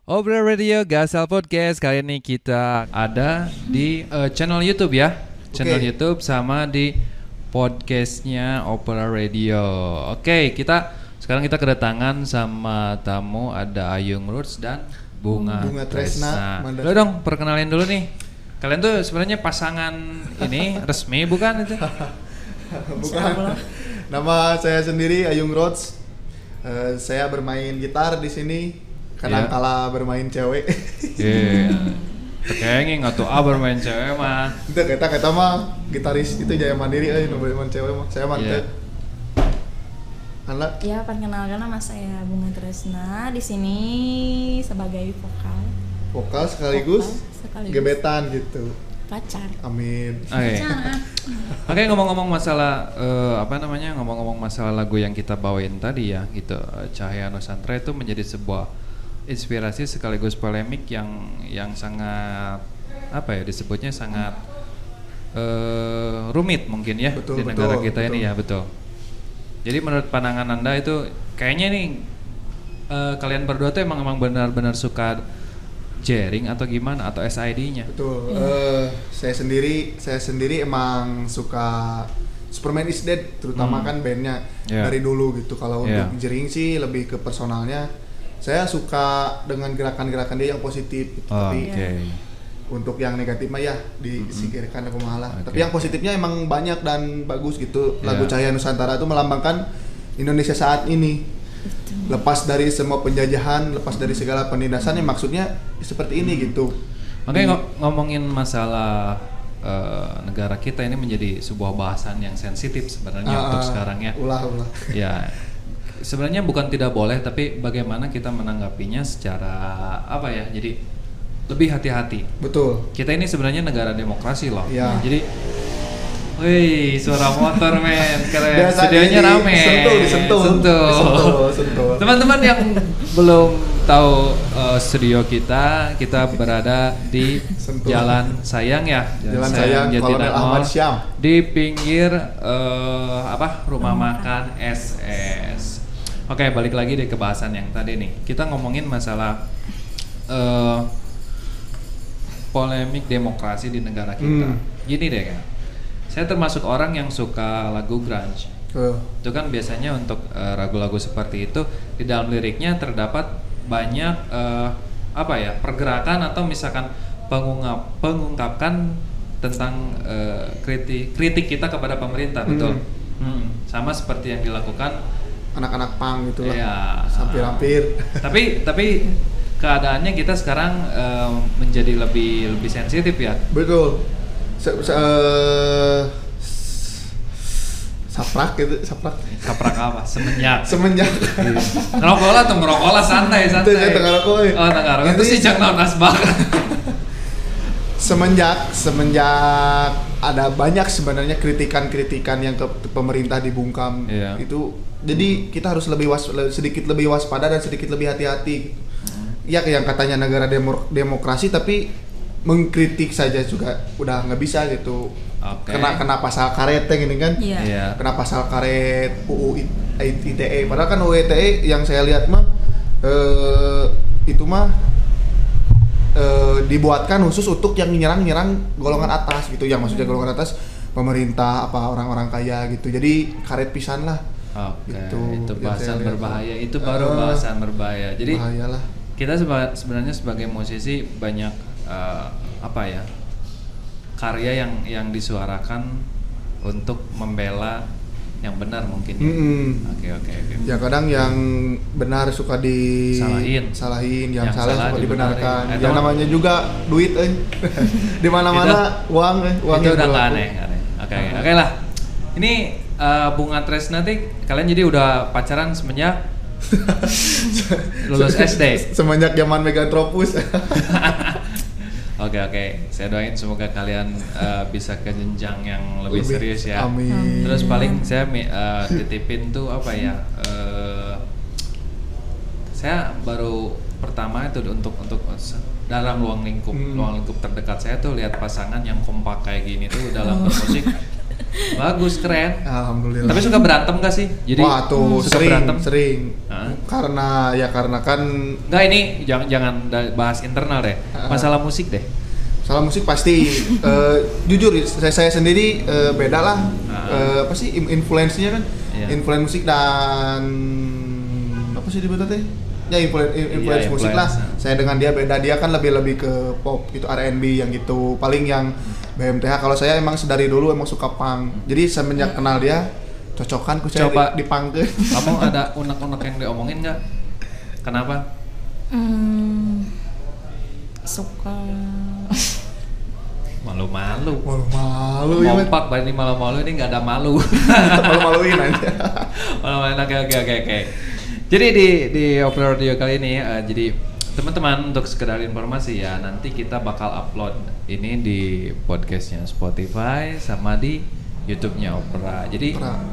Obrol Radio Gasal Podcast. Kali ini kita ada di channel YouTube ya. Channel YouTube sama di podcastnya Opera Radio. Oke, sekarang kita kedatangan sama tamu, ada Ayung Roots dan Bunga Tresna. Lo dong perkenalin dulu nih. Kalian tuh sebenarnya pasangan ini resmi bukan itu? Bukan. Nama saya sendiri Ayung Roots. Saya bermain gitar di sini. Kadang-kala bermain cewek. Iya. Kayaknya nggak tuh bermain cewek mah. Itu kita mah gitaris itu Jaya Mandiri bermain cewek mah. Saya mah teu. Anak. Ya, perkenalkan nama saya Bunga Tresna. Di sini sebagai vokal sekaligus gebetan gitu. Pacar. Amin. Oke, ngomong-ngomong masalah ngomong-ngomong masalah lagu yang kita bawain tadi ya, gitu. Cahaya Nusantara itu menjadi sebuah inspirasi sekaligus polemik yang sangat disebutnya sangat rumit mungkin ya di negara kita ini ya, betul. Jadi menurut pandangan Anda itu kayaknya nih kalian berdua tuh emang benar-benar suka jaring atau gimana atau SID-nya? Betul. Saya sendiri emang suka Superman is Dead, terutama kan bandnya dari dulu gitu. Kalau untuk jaring sih lebih ke personalnya. Saya suka dengan gerakan-gerakan dia yang positif gitu. Tapi untuk yang negatif mah ya disingkirkan aku malah. Tapi yang positifnya emang banyak dan bagus gitu. Lagu Cahaya Nusantara itu melambangkan Indonesia saat ini. Lepas dari semua penjajahan, lepas dari segala penindasan, yang maksudnya seperti ini gitu. Makanya ngomongin masalah negara kita ini menjadi sebuah bahasan yang sensitif sebenarnya untuk sekarang ya. Ulah. Ya, sebenarnya bukan tidak boleh, tapi bagaimana kita menanggapinya secara jadi lebih hati-hati. Betul. Kita ini sebenarnya negara demokrasi loh. Ya. Jadi suara motor men, keren. Biasa Studionya rame. Disentuh. Teman-teman yang belum tahu studio kita berada di Jalan Sayang ya. Jalan Sayang Kolonel Ahmad Syam. Di pinggir rumah makan SS. Oke, balik lagi deh ke bahasan yang tadi nih. Kita ngomongin masalah polemik demokrasi di negara kita. Gini deh kan. Saya termasuk orang yang suka lagu grunge. Itu kan biasanya untuk lagu-lagu seperti itu di dalam liriknya terdapat banyak pergerakan atau misalkan pengungkapkan tentang kritik kita kepada pemerintah, betul. Sama seperti yang dilakukan anak-anak punk gitu lah. Ya, hampir. Tapi keadaannya kita sekarang menjadi lebih sensitif ya. Betul. Saprak apa? Semenjak ngerokok lah atau ngerokok lah santai itu sih cak naon asbak. Semenjak ada banyak sebenarnya kritikan yang ke pemerintah dibungkam itu, jadi kita harus sedikit lebih waspada dan sedikit lebih hati-hati. Ya yang katanya negara demokrasi tapi mengkritik saja juga udah nggak bisa gitu. Kena pasal karet gini kan. Kena pasal karet UU ITE, padahal kan UU ITE yang saya lihat mah itu mah dibuatkan khusus untuk yang nyerang golongan atas gitu, yang maksudnya golongan atas pemerintah orang-orang kaya gitu. Jadi karet pisan lah. Itu bahasan berbahaya. Itu baru bahasan berbahaya. Jadi bahayalah. Kita sebenarnya sebagai musisi banyak karya yang disuarakan untuk membela yang benar mungkin ya. Oke. Ya kadang yang benar suka disalahin, yang salah suka dibenarkan. Yang namanya juga duit di mana-mana uang itu udah nggak aneh. Oke lah. Ini Bunga Tresna nanti kalian jadi udah pacaran semenjak lulus SD. Semenjak zaman Megantropus. Oke. Saya doain semoga kalian bisa ke jenjang yang lebih serius ya. Amin. Terus paling saya titipin tuh saya baru pertama itu untuk dalam ruang lingkup terdekat saya tuh lihat pasangan yang kompak kayak gini tuh dalam bermusik. Bagus, keren. Alhamdulillah. Tapi suka berantem gak sih? Jadi wah tuh suka sering berantem? Sering. Karena kan enggak, ini jangan bahas internal deh. Masalah musik deh. Masalah musik pasti jujur saya sendiri beda lah. Apa sih influence-nya kan? Yeah. Influence musik dan apa sih disebutnya teh? Ya influence musik lah. Saya dengan dia beda. Dia kan lebih ke pop gitu, R&B yang gitu. Paling yang BMTH. Kalau saya emang sedari dulu emang suka punk. Jadi semenjak kenal dia cocokan ku saya di punk. Kamu ada unek-unek yang diomongin nggak? Kenapa? Suka malu-malu. Kompak berarti malu-malu, ini nggak ada malu. Malu-maluin aja. Malu-maluin, oke. Jadi di Opera Radio kali ini, jadi teman-teman untuk sekedar informasi ya, nanti kita bakal upload ini di podcastnya Spotify sama di YouTube-nya Opera. Jadi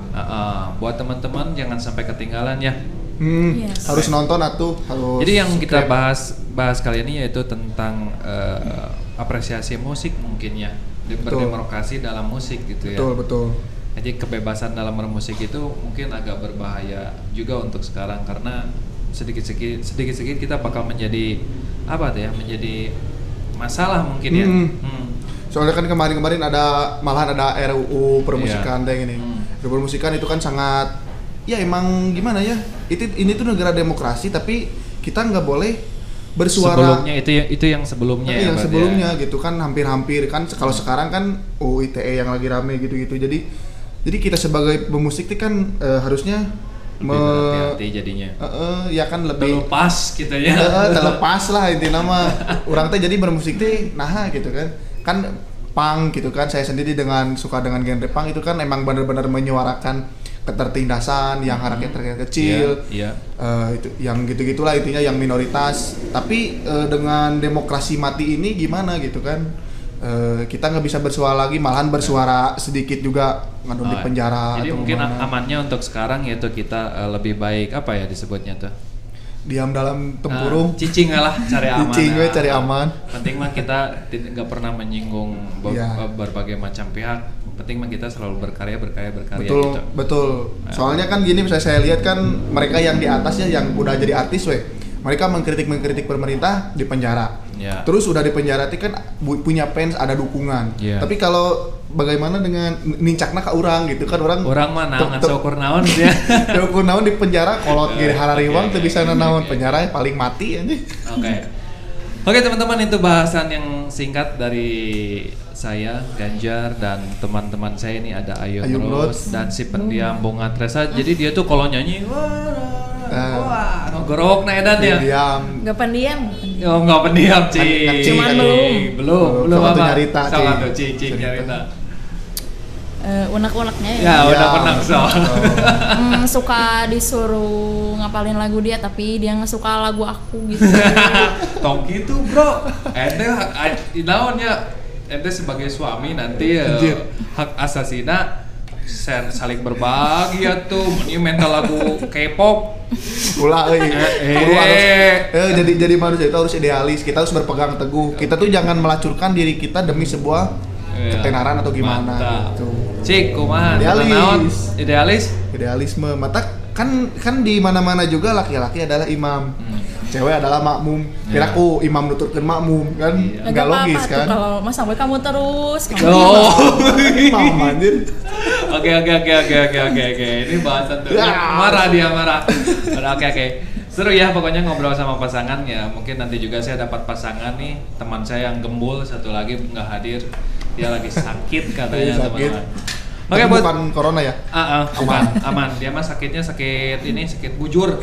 buat teman-teman jangan sampai ketinggalan ya. Yes. Harus nonton harus. Jadi yang kita bahas kali ini yaitu tentang apresiasi musik mungkin ya, berdemokrasi dalam musik gitu ya. Betul. Jadi kebebasan dalam bermusik itu mungkin agak berbahaya juga untuk sekarang karena sedikit-sedikit kita bakal menjadi menjadi masalah mungkin ya. Soalnya kan kemarin malahan ada RUU permusikan kayak gini. RUU permusikan itu kan sangat ya emang gimana ya? Ini tuh negara demokrasi tapi kita nggak boleh bersuara. Sebelumnya itu yang sebelumnya ya. Yang sebelumnya gitu kan hampir kan kalau sekarang kan ITE yang lagi rame gitu-gitu. Jadi kita sebagai pemusik itu kan harusnya berhati-hati jadinya. Ya kan lebih terlepas gitu ya. Terlepas lah intinya mah. Urang teh jadi bermusik teh gitu kan. Kan punk gitu kan. Saya sendiri suka dengan genre punk itu kan emang benar-benar menyuarakan ketertindasan yang rakyat kecil. Iya. Itu yang gitu-gitulah intinya yang minoritas. Tapi dengan demokrasi mati ini gimana gitu kan? Kita nggak bisa bersuara lagi, malahan bersuara sedikit juga ngandung di penjara. Jadi atau mungkin gimana. amannya untuk sekarang yaitu kita lebih baik apa ya disebutnya tuh? Diam dalam tempurung. Cicing lah, cari aman. Cari aman. Penting mah kita nggak pernah menyinggung berbagai macam pihak. Penting mah kita selalu berkarya betul. Soalnya kan gini saya lihat kan mereka yang di atas ya yang udah jadi artis mereka mengkritik pemerintah di penjara. Terus udah di penjara itu kan punya fans, ada dukungan. Tapi kalau bagaimana dengan nincakna ke orang gitu kan orang mah naon syukur naon dia. Syukur naon di penjara kolot gini harariwang teu bisa naon penjara paling mati aja. Oke teman-teman, itu bahasan yang singkat dari saya Ganjar dan teman-teman saya ini ada Ayun Rose dan si pendiam Bunga Tresa. Jadi dia tuh kalau nyanyi wah ngegorok na edan ya. Enggak pendiam. Oh, enggak pendiam, Cing. Cuman belum apa. Sama tuh Cing nyarita. Unek-uneknya ya. Ya, unek-unek suka disuruh ngapalin lagu dia tapi dia nggak suka lagu aku gitu. Tong gitu, Bro. Naonnya ente sebagai suami nanti hak asasina saling berbagi tuh ini mental lagu K-pop ulah jadi manusia itu harus idealis, kita harus berpegang teguh, kita tuh jangan melacurkan diri kita demi sebuah ketenaran atau gimana gitu. Cik, kumaha? Idealisme. Mata kan di mana-mana juga laki-laki adalah imam. Cewek adalah makmum. Kiraku imam nuturkeun makmum kan enggak logis kan. Kalau Mas sampai kamu terus imam anjir. Oke. Ini bahasan tuh. Marah. Oke. Seru ya pokoknya ngobrol sama pasangan ya. Mungkin nanti juga saya dapat pasangan nih, teman saya yang gembul satu lagi nggak hadir. Dia lagi sakit katanya teman-teman. Oke, bukan corona ya? Aman. Dia mah sakit bujur.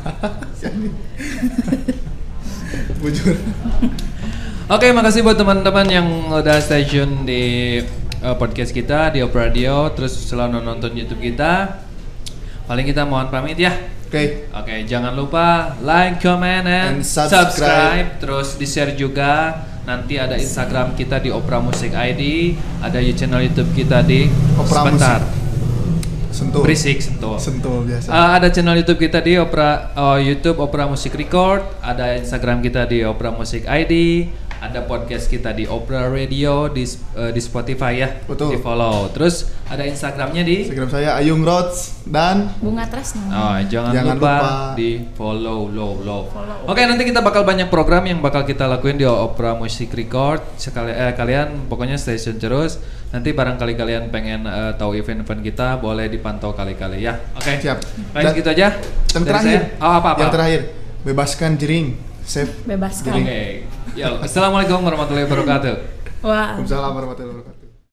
Bujur. Oke, makasih buat teman-teman yang udah stay tune di podcast kita di Opera Radio, terus selalu nonton YouTube kita. Paling kita mohon pamit ya. Oke, jangan lupa like, comment, and subscribe. Terus di-share juga. Nanti ada Instagram kita di Opera Music ID, ada channel YouTube kita di Opera sebentar. Sentul. Berisik sentul. Sentul biasa. Ada channel YouTube kita di YouTube Opera Music Record, ada Instagram kita di Opera Music ID, ada podcast kita di Opera Radio di Spotify ya. Betul. Di follow. Terus ada Instagramnya di Instagram saya Ayung Rods dan Bunga Tresna. Oh, jangan lupa di follow. Oke, nanti kita bakal banyak program yang bakal kita lakuin di Opera Music Record. Kalian pokoknya stay tune terus. Nanti barangkali kalian pengen tahu event-event kita, boleh dipantau kali-kali ya. Oke. Siap. Baik, gitu aja. Yang terakhir. Apa? Yang terakhir, bebaskan jering. Bebaskan. Oke. Assalamualaikum warahmatullahi wabarakatuh. Waalaikumsalam warahmatullahi wabarakatuh.